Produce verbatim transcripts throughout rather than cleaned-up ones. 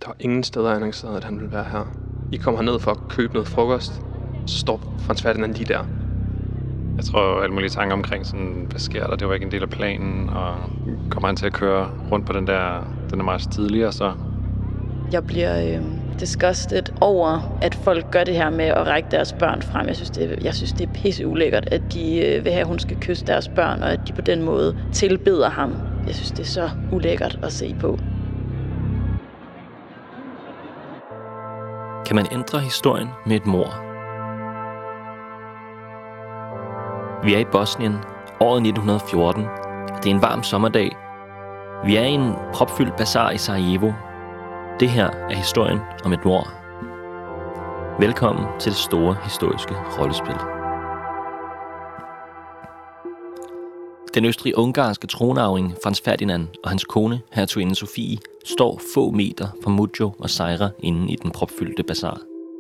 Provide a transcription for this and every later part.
Der er ingen steder annonceret, at han vil være her. I kommer herned for at købe noget frokost, så står Frans Ferdinand lige der. Jeg tror, alle mulige tanker omkring sådan, hvad sker der? Det var ikke en del af planen, og kommer han til at køre rundt på den der, den der march tidligere, så? Jeg bliver øh, disgusted over, at folk gør det her med at række deres børn frem. Jeg synes, det er, jeg synes, det er pisse ulækkert, at de øh, vil have, at hun skal kysse deres børn, og at de på den måde tilbeder ham. Jeg synes, det er så ulækkert at se på. Kan man ændre historien med et mord? Vi er i Bosnien, året nitten fjorten. Det er en varm sommerdag. Vi er i en propfyldt bazar i Sarajevo. Det her er historien om et mord. Velkommen til det store historiske rollespil. Den østrig-ungarske tronarving Frans Ferdinand og hans kone, hertuginde Sofie, står få meter fra Mujo og Sejra inde i den propfyldte bazar.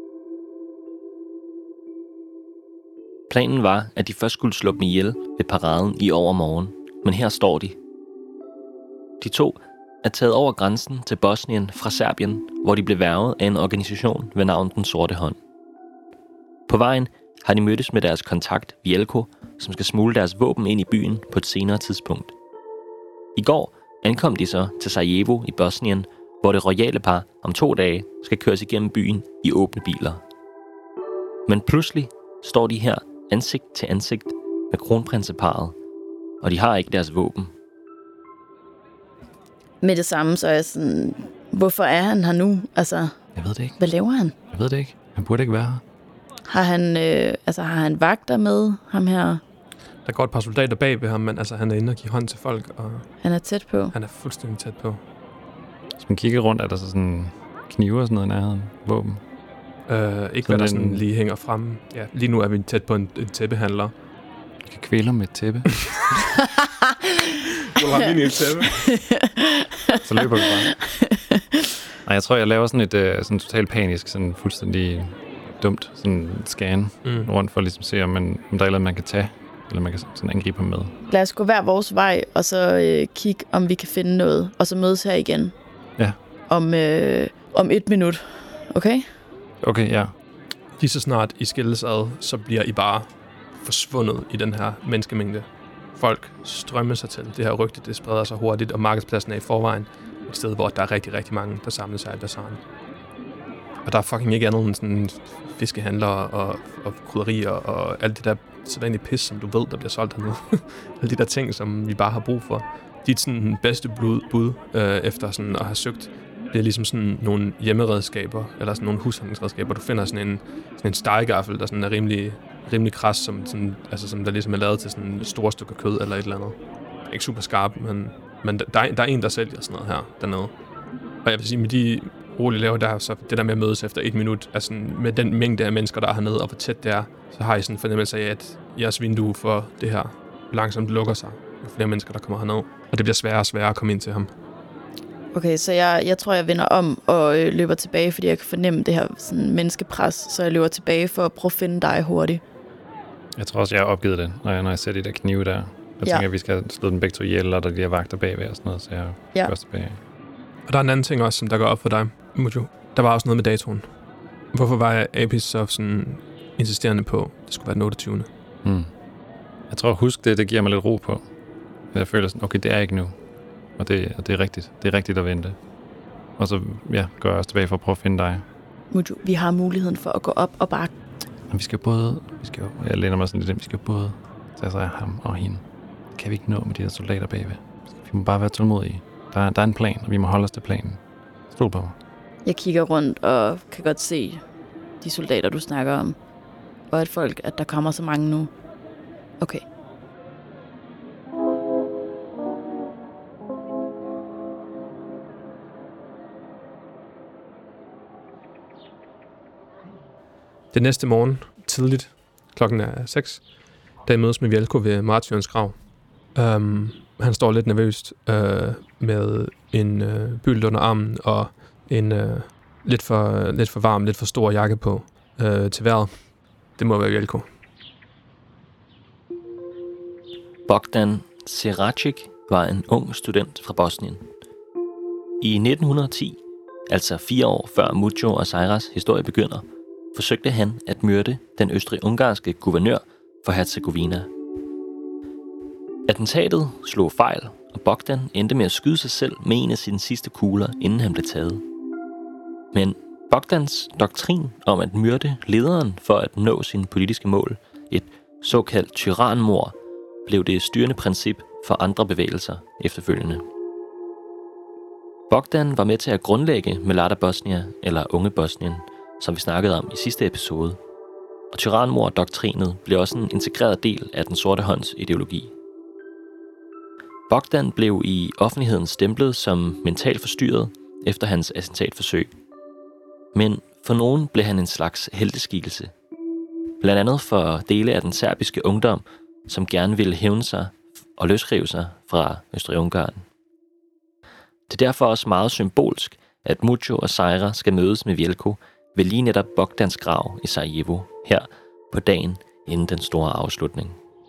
Planen var, at de først skulle slå dem ihjel ved paraden i overmorgen, men her står de. De to er taget over grænsen til Bosnien fra Serbien, hvor de blev hvervet af en organisation ved navn Den Sorte Hånd. På vejen har de mødtes med deres kontakt Vielko, som skal smugle deres våben ind i byen på et senere tidspunkt. I går ankom de så til Sarajevo i Bosnien, hvor det royale par om to dage skal køres igennem byen i åbne biler. Men pludselig står de her ansigt til ansigt med kronprinseparret, og de har ikke deres våben. Med det samme, så er jeg sådan, hvorfor er han her nu? Altså, jeg ved det ikke. Hvad laver han? Jeg ved det ikke. Han burde ikke være her. Har han, øh, altså, har han vagter med ham her? Der går et par soldater bag ved ham, men altså, han er inde og giver hånd til folk, og han er tæt på. Han er fuldstændig tæt på. Hvis man kigger rundt, er der så sådan knive og sådan noget i nærheden? Våben? Øh, ikke hvad der sådan en... lige hænger fremme. Ja, lige nu er vi tæt på en, en tæppehandler. Jeg kan kvæle ham med et tæppe. Du har lige et tæppe. Så løber vi bare. Nej, jeg tror, jeg laver sådan et uh, sådan totalt panisk, sådan fuldstændig dumt sådan scan mm. rundt for at ligesom se, om, man, om der er noget, man kan tage, eller man kan sådan angribe ham med. Lad os gå hver vores vej, og så øh, kigge, om vi kan finde noget, og så mødes her igen. Ja. Om, øh, om et minut. Okay? Okay, ja. Lige så snart I skilles ad, så bliver I bare forsvundet i den her menneskemængde. Folk strømmer sig til. Det her rygte, det spreder sig hurtigt, og markedspladsen er i forvejen et sted, hvor der er rigtig, rigtig mange, der samler sig i bazaren. Og der er fucking ikke andet end sådan fiskehandlere og, og krydderier og alt det der sædvanlige pis, som du ved, der bliver solgt hernede. Alle de der ting, som vi bare har brug for. Dit sådan bedste bud øh, efter sådan at have søgt, det er ligesom sådan nogle hjemmeredskaber, eller sådan nogle husholdningsredskaber. Du finder sådan en, sådan en stegegaffel, der sådan er rimelig, rimelig kras, som, sådan, altså som der ligesom er lavet til sådan et stort stykke kød eller et eller andet. Ikke super skarp, men, men der, der er en, der sælger sådan noget her dernede. Og jeg vil sige, med de rolige laver der, så det der med at mødes efter et minut, altså med den mængde af mennesker, der er hernede, og hvor tæt det er, så har I sådan en fornemmelse af, at jeres vindue for det her langsomt lukker sig. Jo flere mennesker, der kommer hernede. Og det bliver sværere og sværere at komme ind til ham. Okay, så jeg, jeg tror, jeg vender om og øh, løber tilbage, fordi jeg kan fornemme det her sådan, menneskepres, så jeg løber tilbage for at prøve at finde dig hurtigt. Jeg tror også, jeg har opgivet det, når jeg, når jeg ser de der knive der. Jeg ja. tænker, at vi skal slå den begge to ihjel, og der bliver vagter bagved og sådan noget, så jeg ja. går også tilbage. Og der er en anden ting også, som der går op for dig, Mujo. Der var også noget med datoen. Hvorfor var Apis så sådan insisterende på, at det skulle være den otteogtyvende? Hmm. Jeg tror, husk det, det giver mig lidt ro på. Jeg føler sådan, okay, det er ikke nu. Og det, og det er rigtigt. Det er rigtigt at vente. Og så ja, går jeg også tilbage for at prøve at finde dig. Mujo, vi har muligheden for at gå op og bare... Men vi skal både... Vi skal, jeg læner mig sådan lidt ind. Vi skal både tage sig af ham og hende. Kan vi ikke nå med de her soldater bagved? Vi må bare være tålmodige. Der, der er en plan, og vi må holde os til planen. Stol på mig. Jeg kigger rundt og kan godt se de soldater, du snakker om. Og at folk, at der kommer så mange nu. Okay. Det næste morgen, tidligt, klokken er seks, da jeg mødes med Vielko ved martyrens grav. Um, han står lidt nervøst uh, med en uh, bylt under armen og en uh, lidt, for, lidt for varm, lidt for stor jakke på uh, til vejret. Det må være Vielko. Bogdan Seracic var en ung student fra Bosnien. I nitten ti altså fire år før Mucho og Sairas historie begynder, forsøgte han at myrde den østrig-ungarske guvernør for Herzegovina. Attentatet slog fejl, og Bogdan endte med at skyde sig selv med en af sine sidste kugler, inden han blev taget. Men Bogdans doktrin om at myrde lederen for at nå sine politiske mål, et såkaldt tyranmord, blev det styrende princip for andre bevægelser efterfølgende. Bogdan var med til at grundlægge Mlada Bosnia, eller Unge Bosnien, som vi snakkede om i sidste episode. Og tyranmord-doktrinet blev også en integreret del af den sorte hånds ideologi. Bogdan blev i offentligheden stemplet som mentalt forstyrret efter hans attentatforsøg. Men for nogen blev han en slags helteskikkelse. Blandt andet for dele af den serbiske ungdom, som gerne ville hævne sig og løsrive sig fra Østrig-Ungarn. Det er derfor også meget symbolsk, at Mucho og Saira skal mødes med Velko ved lige netop Bogdans grav i Sarajevo, her på dagen inden den store afslutning.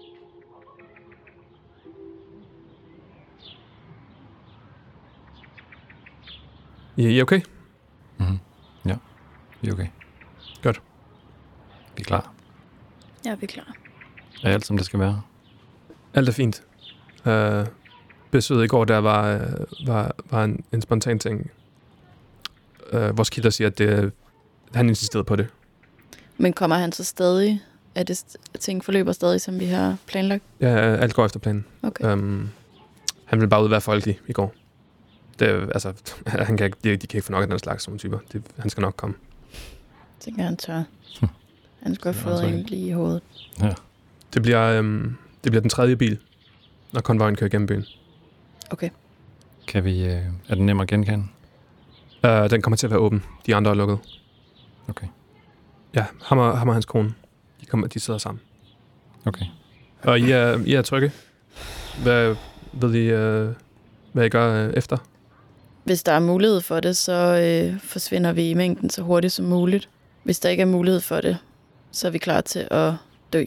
I er okay? Mm-hmm. Ja, vi er okay. Godt. Vi er klar. Ja, vi er klar. Er alt, som det skal være? Alt er fint. Uh, besøget i går, der var, uh, var, var en, en spontan ting. Uh, vores kilder siger, at det, han insisterede på det. Men kommer han så stadig? Er det ting forløber stadig, som vi har planlagt? Ja, alt går efter planen. Okay. Um, han ville bare ud at være folkelig i går. Det, altså, han kan ikke, de, de kan ikke få nok af den slags sådan typer. Det, han skal nok komme. Jeg tænker, han tør. Han skulle have fået en lige i hovedet. Ja. Det bliver, um, det bliver den tredje bil, når konvojen kører gennem byen. Okay. Kan vi, øh, er den nem at genkende? Uh, den kommer til at være åben. De andre er lukket. Okay. Ja, ham og, ham og hans kone. De, kommer, de sidder sammen. Okay. Og I er, I er trygge? Hvad ved I, uh, hvad I gør uh, efter? Hvis der er mulighed for det, så øh, forsvinder vi i mængden så hurtigt som muligt. Hvis der ikke er mulighed for det, så er vi klar til at dø.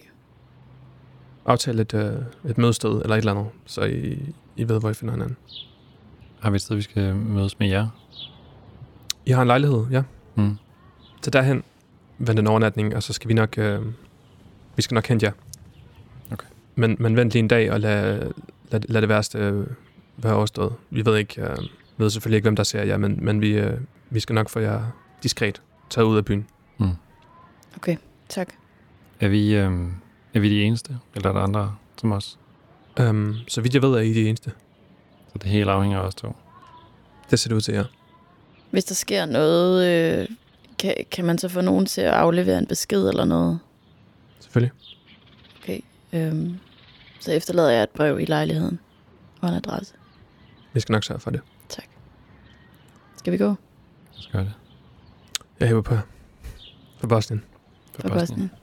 Aftale et, uh, et mødested eller et eller andet, så I, I ved, hvor I finder hinanden. Har vi et sted, vi skal mødes med jer? I har en lejlighed, ja. Mm. Så derhen, vent en overnatning, og så skal vi nok, øh, vi skal nok hente jer. Okay. Men, men vent lige en dag, og lad, lad, lad det værste øh, være overstået. Vi ved ikke, øh, ved selvfølgelig ikke, hvem der ser jer, men, men vi, øh, vi skal nok få jer diskret taget ud af byen. Mm. Okay, tak. Er vi, øh, er vi de eneste, eller er der andre som os? Um, så vidt jeg ved, er I de eneste. Så det hele afhænger af os to? Det ser det ud til, ja. Hvis der sker noget, øh, kan, kan man så få nogen til at aflevere en besked eller noget? Selvfølgelig. Okay, øhm, så efterlader jeg et brev i lejligheden og en adresse. Vi skal nok sørge for det. Tak. Skal vi gå? Jeg skal gøre det. Jeg hæver på her. For Bosnien. For, for Bosnien. Bosnien.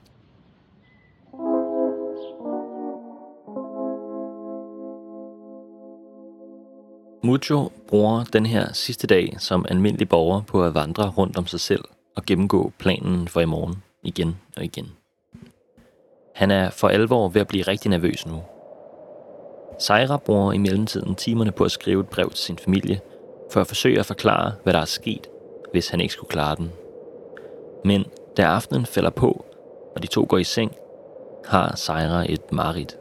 Mucho bruger den her sidste dag som almindelig borger på at vandre rundt om sig selv og gennemgå planen for i morgen igen og igen. Han er for alvor ved at blive rigtig nervøs nu. Saira bruger i mellemtiden timerne på at skrive et brev til sin familie, for at forsøge at forklare, hvad der er sket, hvis han ikke skulle klare den. Men da aftenen falder på, og de to går i seng, har Saira et mareridt.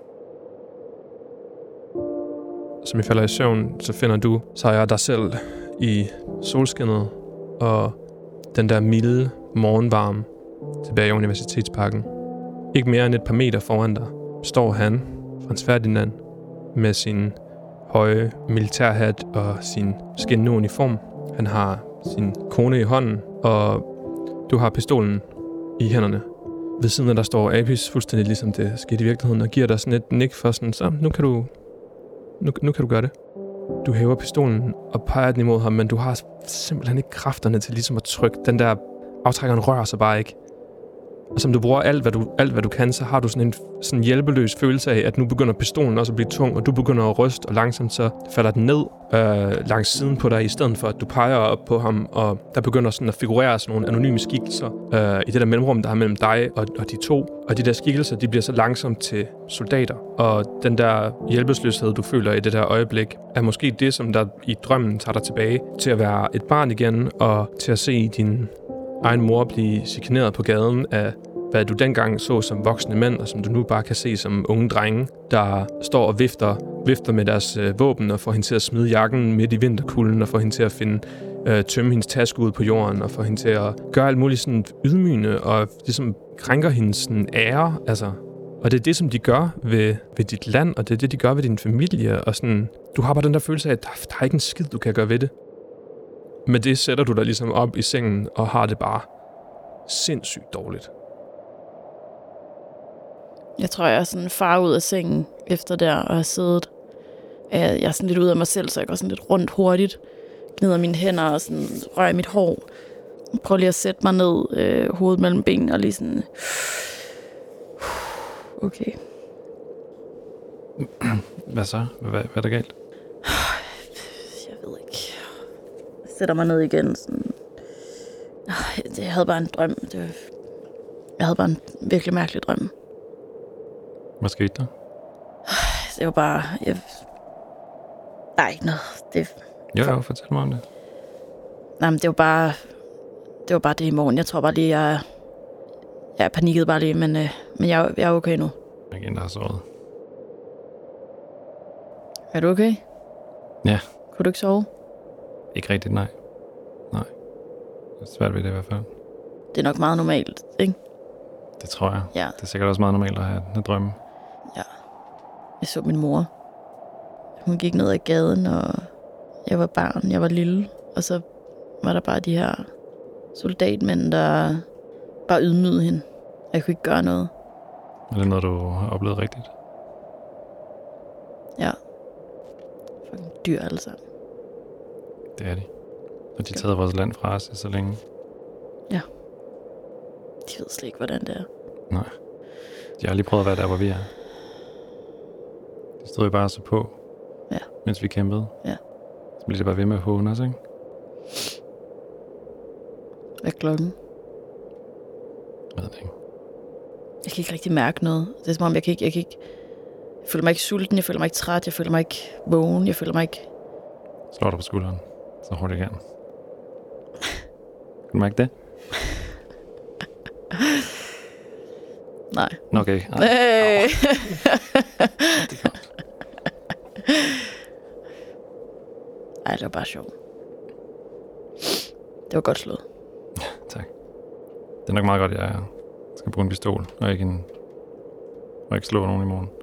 Som I falder i søvn, så finder du, Saira, dig selv i solskinnet og den der milde morgenvarme tilbage i Universitetsparken. Ikke mere end et par meter foran dig står han, Frans Ferdinand, med sin høje militærhat og sin skinnende uniform. Han har sin kone i hånden, og du har pistolen i hænderne. Ved siden af der står Apis, fuldstændig ligesom det skete i virkeligheden, og giver dig sådan et nik for sådan, så nu kan du, nu, nu kan du gøre det. Du hæver pistolen og peger den imod ham, men du har simpelthen ikke kræfterne til ligesom at trykke. Den der aftrækkeren rører sig bare ikke. og som du bruger alt hvad du, alt, hvad du kan, så har du sådan en sådan hjælpeløs følelse af, at nu begynder pistolen også at blive tung, og du begynder at ryste, og langsomt så falder den ned øh, langs siden på dig, i stedet for at du peger op på ham, og der begynder sådan at figurere sådan nogle anonyme skikkelser øh, i det der mellemrum, der er mellem dig og, og de to. Og de der skikkelser, de bliver så langsomt til soldater. Og den der hjælpeløshed, du føler i det der øjeblik, er måske det, som der i drømmen tager dig tilbage til at være et barn igen, og til at se din egen mor blive chikaneret på gaden af, hvad du dengang så som voksne mænd, og som du nu bare kan se som unge drenge, der står og vifter, vifter med deres øh, våben og får hende til at smide jakken midt i vinterkulden, og får hende til at finde, øh, tømme hendes taske ud på jorden, og får hende til at gøre alt muligt sådan ydmygende, og ligesom krænker hendes sådan ære, altså. Og det er det, som de gør ved, ved dit land, og det er det, de gør ved din familie, og sådan, du har bare den der følelse af, at der, der er ikke en skid, du kan gøre ved det. Med det sætter du dig ligesom op i sengen, og har det bare sindssygt dårligt. Jeg tror, jeg er sådan far ud af sengen efter der, og har siddet. Jeg er sådan lidt ude af mig selv, så jeg går sådan lidt rundt hurtigt. Gnider mine hænder og sådan rører mit hår. Prøver lige at sætte mig ned, øh, hovedet mellem benene, og lige sådan... Okay. Hvad så? Hvad, hvad er der galt? Jeg ved ikke. Jeg sætter mig ned igen. Sådan. Jeg havde bare en drøm. Det var... Jeg havde bare en virkelig mærkelig drøm. Hvad skete der? Det var bare... Jeg... Nej, ikke noget. Det... Jo, jo, fortæl mig om det. Nej, men det var bare... Det var bare det i morgen. Jeg tror bare lige, jeg... Jeg panikkede bare lige, men, øh, men jeg, jeg er okay nu. Jeg er en, der har sovet. Er du okay? Ja. Kunne du ikke sove? Ikke rigtigt, nej. Nej. Det er svært ved det i hvert fald. Det er nok meget normalt, ikke? Det tror jeg. Ja. Det er sikkert også meget normalt at have en drømme. Ja. Jeg så min mor. Hun gik ned ad gaden, og jeg var barn, jeg var lille. Og så var der bare de her soldatmænd, der bare ydmygede hende. Jeg kunne ikke gøre noget. Er det noget, du har oplevet rigtigt? Ja. Fucking dyr alle sammen. Det er de. Og de tager vores land fra os så længe. Ja. De ved slet ikke, hvordan det er. Nej. De har aldrig prøvet at være der, hvor vi er. De stod jo bare så på, ja. Mens vi kæmpede. Ja. Så bliver det bare ved med at håne os, ikke? Hvad er klokken? Jeg ved det ikke. Jeg kan ikke rigtig mærke noget. Det er som om, jeg kan ikke... Jeg, kan ikke, jeg føler mig ikke sulten, jeg føler mig ikke træt, jeg føler mig ikke vågen, jeg føler mig ikke... Slår dig på skulderen, så hurtigt igen. Kan du mærke det? Nej. Okay. Nej. Hey. Det er godt. Ej, det var bare sjovt. Det var godt slået. Tak. Det er nok meget godt, at jeg skal bruge en pistol, og ikke, en, og ikke slå nogen i morgen.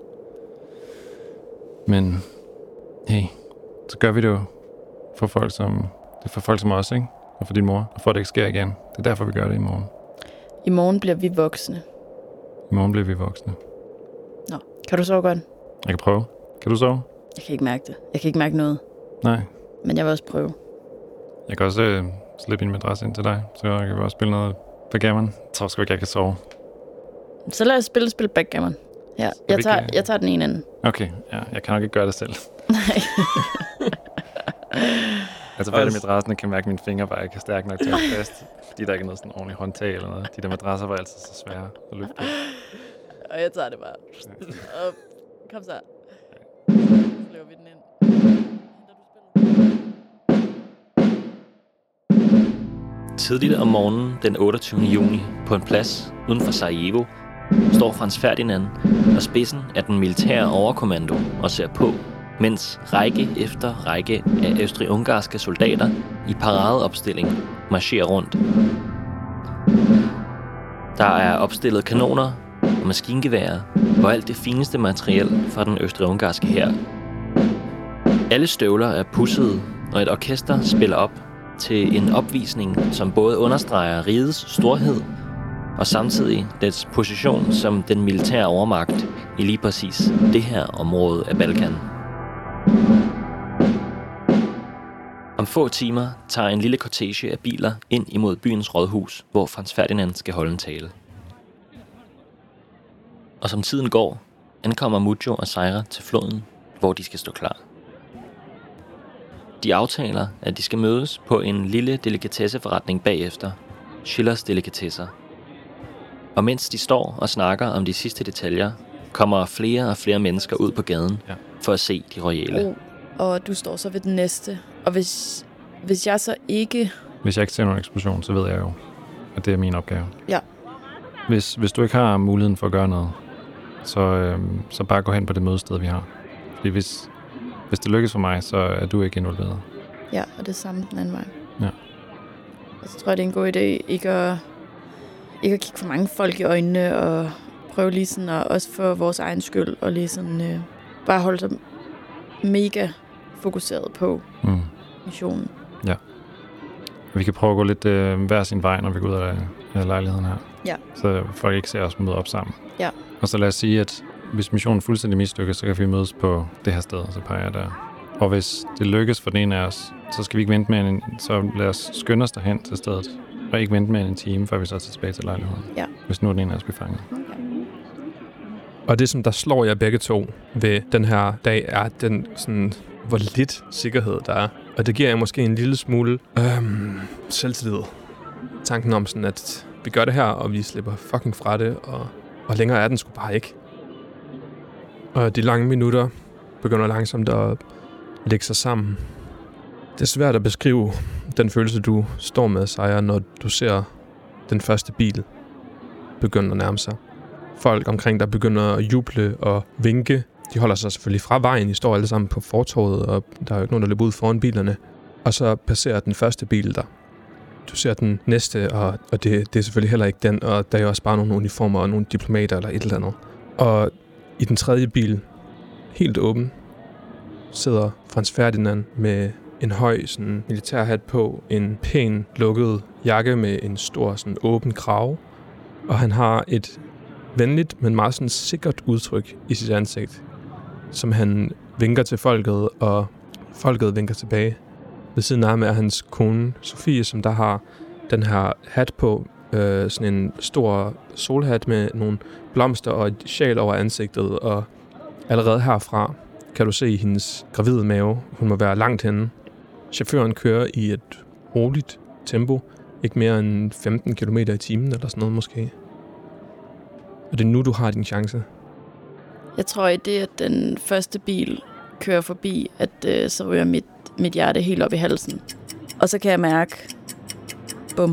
Men, hey, så gør vi det jo for folk som, det er for folk som os, ikke? Og for din mor, og for at det ikke sker igen. Det er derfor, vi gør det i morgen. I morgen bliver vi voksne. I morgen bliver vi voksne. Nå, kan du sove godt? Jeg kan prøve. Kan du sove? Jeg kan ikke mærke det. Jeg kan ikke mærke noget. Nej. Men jeg vil også prøve. Jeg kan også øh, slippe min madras ind til dig, så jeg kan også spille noget backgammon. Jeg tror sgu ikke, jeg kan sove. Så lad os spille spil backgammon. Ja, jeg tager, jeg tager den ene ende. Okay, ja, jeg kan nok ikke gøre det selv. Nej. Altså, fat i madrassen, kan mærke, at mine fingre bare ikke er stærke nok til at holde fast, fordi der ikke er noget sådan ordentligt håndtag eller noget. De der madrasser var altid så svære at løfte på. Og jeg tager det bare. Og kom så. Så løber vi den ind. Tidligt om morgenen den otteogtyvende juni på en plads uden for Sarajevo står Franz Ferdinand og spidsen af den militære overkommando og ser på, mens række efter række af østrig-ungarske soldater i paradeopstilling marcherer rundt. Der er opstillet kanoner og maskingeværer og alt det fineste materiel fra den østrig-ungarske hær. Alle støvler er pudsede, og et orkester spiller op til en opvisning, som både understreger rigets storhed og samtidig dets position som den militære overmagt i lige præcis det her område af Balkan. Om få timer tager en lille kortege af biler ind imod byens rådhus, hvor Franz Ferdinand skal holde en tale. Og som tiden går, ankommer Mujo og Sejra til floden, hvor de skal stå klar. De aftaler, at de skal mødes på en lille delikatesseforretning bagefter, Schillers Delikatesser. Og mens de står og snakker om de sidste detaljer, kommer flere og flere mennesker ud på gaden ja. for at se de royale. Oh, og du står så ved den næste. Og hvis, hvis jeg så ikke... Hvis jeg ikke ser nogen eksplosion, så ved jeg jo, at det er min opgave. Ja. Hvis, hvis du ikke har muligheden for at gøre noget, så, øhm, så bare gå hen på det mødested, vi har. Fordi hvis, hvis det lykkes for mig, så er du ikke involveret. Ja, og det samme den anden vej. Ja. Og så tror jeg, det er en god idé ikke at, ikke at kigge for mange folk i øjnene, og prøve lige sådan, og også for vores egen skyld, og lige sådan, øh, bare holde sig mega fokuseret på mm. missionen. Ja. Vi kan prøve at gå lidt øh, hver sin vej, når vi går ud af, af lejligheden her. Ja. Så folk ikke ser os møde op sammen. Ja. Og så lad os sige, at hvis missionen fuldstændig mislykkes, så kan vi mødes på det her sted, så peger jeg der. Og hvis det lykkes for den ene af os, så skal vi ikke vente mere end en, så lad os skynde os derhen til stedet. Og ikke vente mere end en time, før vi så er tilbage til lejligheden. Ja. Hvis nu er den ene af os bliver fanget. Okay. Og det, som der slår jer begge to ved den her dag, er den sådan, hvor lidt sikkerhed der er. Og det giver jer måske en lille smule øhm, selvtillid. Tanken om sådan, at vi gør det her, og vi slipper fucking fra det, og, og længere er den sgu bare ikke. Og de lange minutter begynder langsomt at lægge sig sammen. Det er svært at beskrive den følelse, du står med, Sejra, når du ser den første bil begynde at nærme sig. Folk omkring der begynder at juble og vinke. De holder sig selvfølgelig fra vejen. De står alle sammen på fortovet, og der er jo ikke nogen, der løber ud foran bilerne. Og så passerer den første bil der. Du ser den næste, og, og det, det er selvfølgelig heller ikke den. Og der er jo også bare nogle uniformer og nogle diplomater eller et eller andet. Og i den tredje bil, helt åben, sidder Franz Ferdinand med en høj sådan, militærhat på, en pæn lukket jakke med en stor sådan, åben krave. Og han har et venligt, men meget sådan, sikkert udtryk i sit ansigt, som han vinker til folket, og folket vinker tilbage. Ved siden af ham er hans kone, Sofie, som der har den her hat på, øh, sådan en stor solhat med nogle blomster og et sjal over ansigtet, og allerede herfra kan du se hendes gravide mave. Hun må være langt henne. Chaufføren kører i et roligt tempo, ikke mere end femten kilometer i timen eller sådan noget måske. Og det er nu, du har din chance. Jeg tror, i det, at den første bil kører forbi, at øh, så ryger mit, mit hjerte helt op i halsen. Og så kan jeg mærke, bum,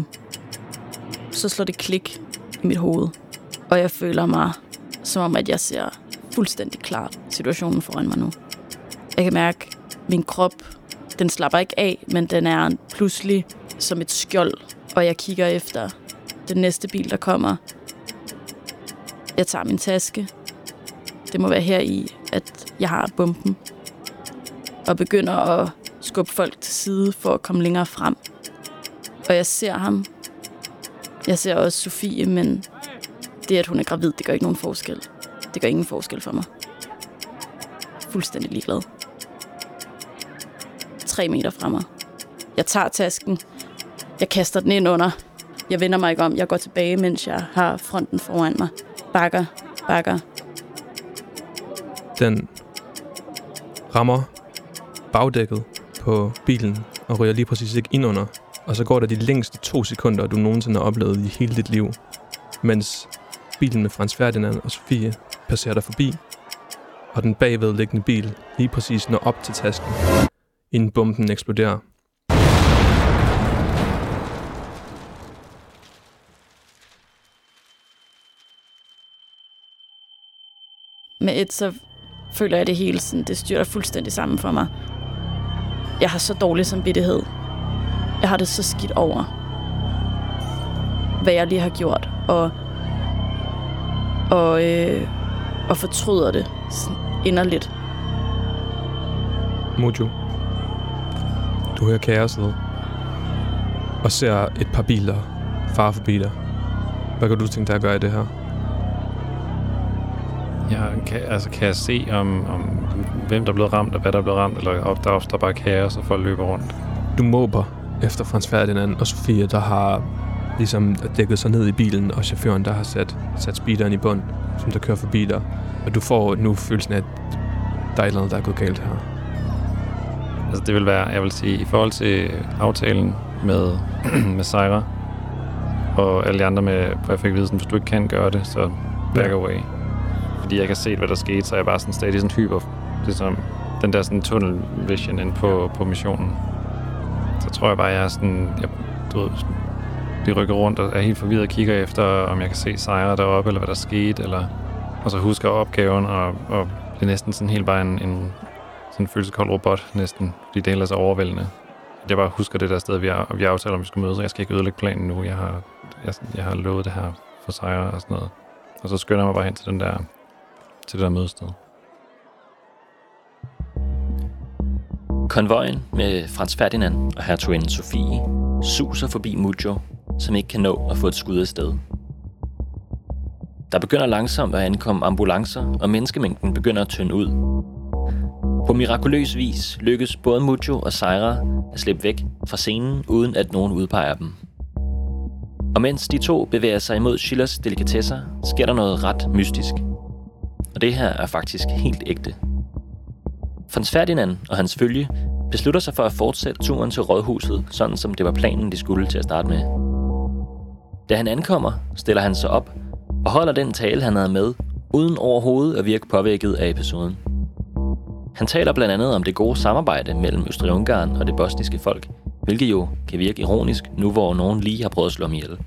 så slår det klik i mit hoved. Og jeg føler mig, som om at jeg ser fuldstændig klart situationen foran mig nu. Jeg kan mærke, min krop, den slapper ikke af, men den er pludselig som et skjold. Og jeg kigger efter den næste bil, der kommer. Jeg tager min taske. Det må være her i, at jeg har bomben. Og begynder at skubbe folk til side for at komme længere frem. Og jeg ser ham. Jeg ser også Sofie, men det, at hun er gravid, det gør ikke nogen forskel. Det gør ingen forskel for mig. Fuldstændig ligeglad. Tre meter fra mig. Jeg tager tasken. Jeg kaster den ind under. Jeg vender mig ikke om. Jeg går tilbage, mens jeg har fronten foran mig. Bakker, bakker. Den rammer bagdækket på bilen og ryger lige præcis ikke ind under. Og så går der de længste to sekunder, du nogensinde har oplevet i hele dit liv. Mens bilen med Franz Ferdinand og Sofie passerer der forbi. Og den bagvedliggende bil lige præcis når op til tasken, inden bomben eksploderer. Med et, så føler jeg det hele sådan, det styrter fuldstændig sammen for mig. Jeg har så dårlig samvittighed. Jeg har det så skidt over, hvad jeg lige har gjort, og, og, øh, og fortryder det sådan inderligt. Mujo, du hører kaoset og ser et par biler fare forbi dig. Hvad kan du tænke dig at gøre i det her? Ja, kan, altså, kan jeg se, om, om hvem der er blevet ramt, og hvad der er blevet ramt, eller op, der opstår bare kaos, og folk løber rundt? Du måber efter Franz Ferdinand og Sofie, der har ligesom dækket sig ned i bilen, og chaufføren, der har sat, sat speederen i bund. som der kører forbi dig, og du får nu følelsen af, at der er et eller andet, der er gået galt her? Altså det vil være, jeg vil sige, i forhold til aftalen med, med Sejra, og alle de andre med, hvor jeg fik at vide, sådan, hvis du ikke kan gøre det, så back away. Fordi jeg ikke har set, hvad der skete, så er jeg bare sådan stadig sådan hyper. Det er som den der sådan tunnel vision inde på, på missionen. Så tror jeg bare, jeg er sådan, jeg, du ved, de rykker rundt og er helt forvirret og kigger efter, om jeg kan se Sejra deroppe, eller hvad der skete, eller, og så husker opgaven, og, og det er næsten sådan helt bare en, en sådan en følelseskold robot næsten, fordi det er ellers overvældende. Jeg bare husker det der sted, vi, er, vi aftaler, om vi skal mødes, og jeg skal ikke ødelægge planen nu. Jeg har, jeg, jeg har lovet det her for Sejra og sådan noget. Og så skynder jeg mig bare hen til, den der, til det der mødested. Konvojen med Frans Ferdinand og hertuginde Sofie suser forbi Mujo, som ikke kan nå at få et skud af sted. Der begynder langsomt at ankomme ambulancer, og menneskemængden begynder at tynde ud. På mirakuløs vis lykkes både Mujo og Sejra at slippe væk fra scenen, uden at nogen udpeger dem. Og mens de to bevæger sig imod Schillers delikatesser, sker der noget ret mystisk. Og det her er faktisk helt ægte. Frans Ferdinand og hans følge beslutter sig for at fortsætte turen til rådhuset, sådan som det var planen, de skulle til at starte med. Da han ankommer, stiller han sig op og holder den tale, han havde med, uden overhovedet at virke påvirket af episoden. Han taler blandt andet om det gode samarbejde mellem Østrig-Ungarn og det bosniske folk, hvilket jo kan virke ironisk, nu hvor nogen lige har prøvet at slå ham ihjel.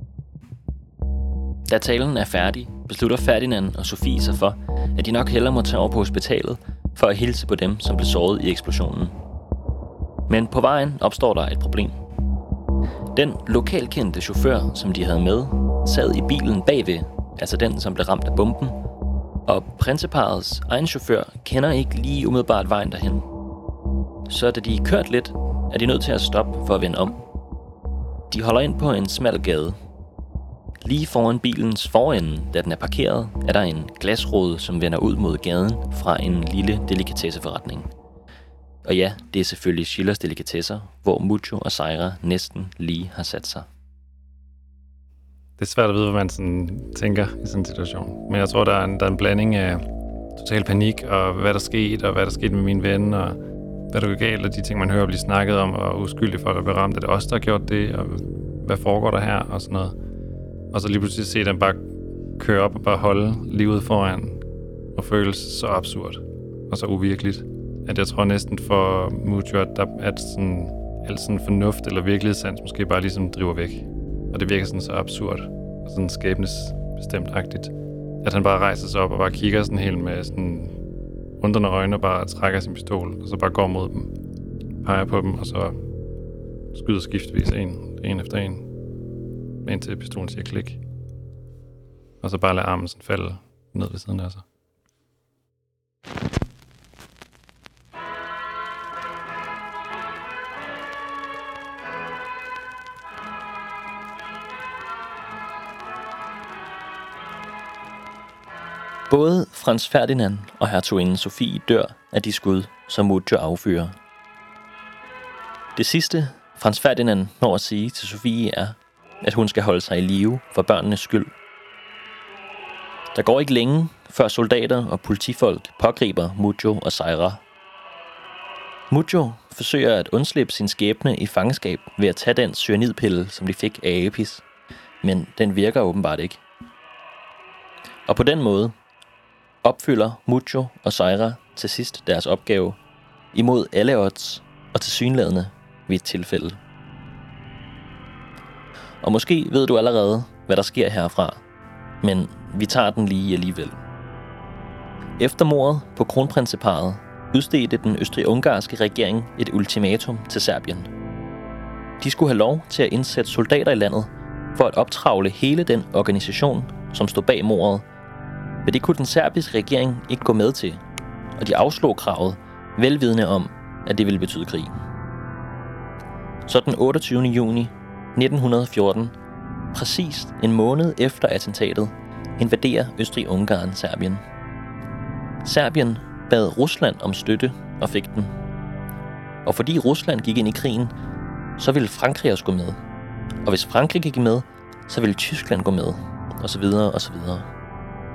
Da talen er færdig, beslutter Ferdinand og Sofie sig for, at de nok hellere må tage over på hospitalet for at hilse på dem, som blev såret i eksplosionen. Men på vejen opstår der et problem. Den lokalkendte chauffør, som de havde med, sad i bilen bagved, altså den, som blev ramt af bomben, og prinseparrets egen chauffør kender ikke lige umiddelbart vejen derhen. Så da de er kørt lidt, er de nødt til at stoppe for at vende om. De holder ind på en smal gade. Lige foran bilens forende, da den er parkeret, er der en glasrude, som vender ud mod gaden fra en lille delikatesseforretning. Og ja, det er selvfølgelig Schillers delikatesser, hvor Mujo og Sejra næsten lige har sat sig. Det er svært at vide, hvad man sådan tænker i sådan en situation. Men jeg tror, der er en, der er en blanding af total panik, og hvad der skete, og hvad der skete med mine venner, og hvad der går galt, og de ting, man hører blive snakket om, og uskyldige folk, der bliver ramt. Er det os, der har gjort det, og hvad foregår der her, og sådan noget. Og så lige pludselig se dem bare køre op og bare holde livet foran, og føles så absurd, og så uvirkeligt, at jeg tror næsten for Mujo, at der er sådan, alt sådan fornuft eller virkelighedssans måske bare ligesom driver væk. Og det virker sådan så absurd og sådan skæbnesbestemt-agtigt, at han bare rejser sig op og bare kigger sådan helt med sådan undrende øjne og bare trækker sin pistol, og så bare går mod dem, peger på dem, og så skyder skiftvis en, en efter en, indtil pistolen siger klik. Og så bare lader armen sådan falde ned ved siden af sig. Både Frans Ferdinand og hertuginde Sofie dør af de skud, som Mujo affyrer. Det sidste, Frans Ferdinand når at sige til Sofie, er, at hun skal holde sig i live for børnenes skyld. Der går ikke længe, før soldater og politifolk pågriber Mujo og Sejra. Mujo forsøger at undslippe sin skæbne i fangenskab ved at tage den cyanidpille, som de fik af Apis, men den virker åbenbart ikke. Og på den måde opfylder Mujo og Sejra til sidst deres opgave imod alle odds og tilsyneladende ved et tilfælde. Og måske ved du allerede, hvad der sker herfra, men vi tager den lige alligevel. Efter mordet på kronprinseparret udstedte den østrig-ungarske regering et ultimatum til Serbien. De skulle have lov til at indsætte soldater i landet for at optravle hele den organisation, som stod bag mordet, men det kunne den serbiske regering ikke gå med til, og de afslog kravet, velvidende om, at det ville betyde krig. Så den otteogtyvende juni nitten fjorten, præcis en måned efter attentatet, invaderer Østrig-Ungarn Serbien. Serbien bad Rusland om støtte og fik den. Og fordi Rusland gik ind i krigen, så ville Frankrig også gå med. Og hvis Frankrig gik med, så ville Tyskland gå med, og så videre og så videre.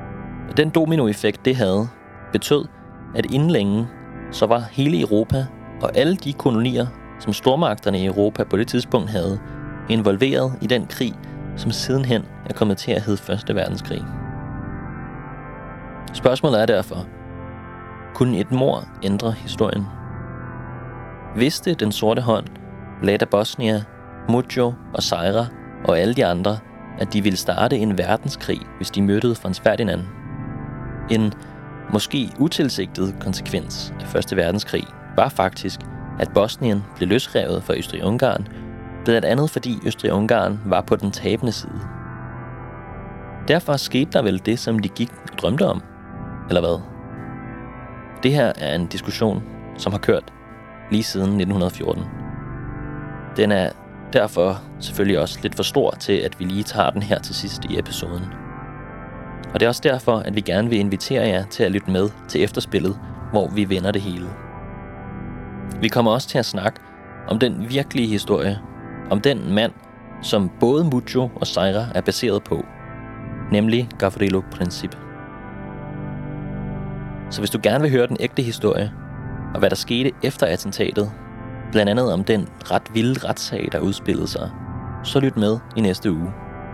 Den dominoeffekt, det havde, betød, at inden længe, så var hele Europa og alle de kolonier, som stormagterne i Europa på det tidspunkt havde, involveret i den krig, som sidenhen er kommet til at hedde Første Verdenskrig. Spørgsmålet er derfor, kunne et mord ændre historien? Vidste den sorte hånd, Vlada Bosnia, Mudjo og Zaira og alle de andre, at de ville starte en verdenskrig, hvis de mødte Frans Ferdinand? En måske utilsigtet konsekvens af Første Verdenskrig var faktisk, at Bosnien blev løsrevet fra Østrig-Ungarn, blandt andet fordi Østrig-Ungarn var på den tabende side. Derfor skete der vel det, som de gik og drømte om, eller hvad? Det her er en diskussion, som har kørt lige siden nitten fjorten. Den er derfor selvfølgelig også lidt for stor til, at vi lige tager den her til sidst i episoden. Og det er også derfor, at vi gerne vil invitere jer til at lytte med til efterspillet, hvor vi vender det hele. Vi kommer også til at snakke om den virkelige historie, om den mand, som både Mudjo og Zaira er baseret på, nemlig Gavrilo Princip. Så hvis du gerne vil høre den ægte historie, og hvad der skete efter attentatet, blandt andet om den ret vilde retssag, der udspillede sig, så lyt med i næste uge.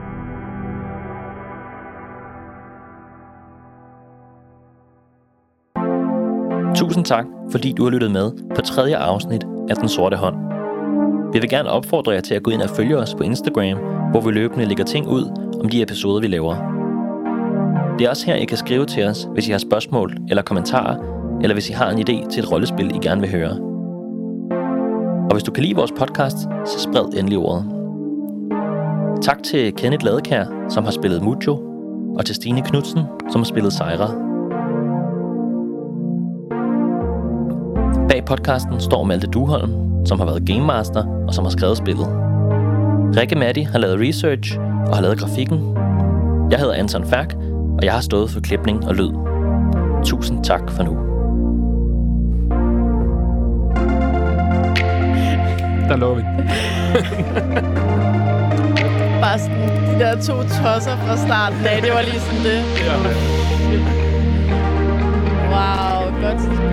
Tusind tak, fordi du har lyttet med på tredje afsnit af Den Sorte Hånd. Vi vil gerne opfordre jer til at gå ind og følge os på Instagram, hvor vi løbende lægger ting ud om de episoder, vi laver. Det er også her, I kan skrive til os, hvis I har spørgsmål eller kommentarer, eller hvis I har en idé til et rollespil, I gerne vil høre. Og hvis du kan lide vores podcast, så spred endelig ordet. Tak til Kenneth Ladekær, som har spillet Mudjo, og til Stine Knudsen, som har spillet Zaira. Bag podcasten står Malte Duholm, som har været Game Master og som har skrevet spillet. Rikke Matti har lavet research og har lavet grafikken. Jeg hedder Anton Færk, og jeg har stået for klipning og lyd. Tusind tak for nu. Der lå vi. Bare sådan, de der to tosser fra starten af, det var lige sådan det. Ja. Wow, godt.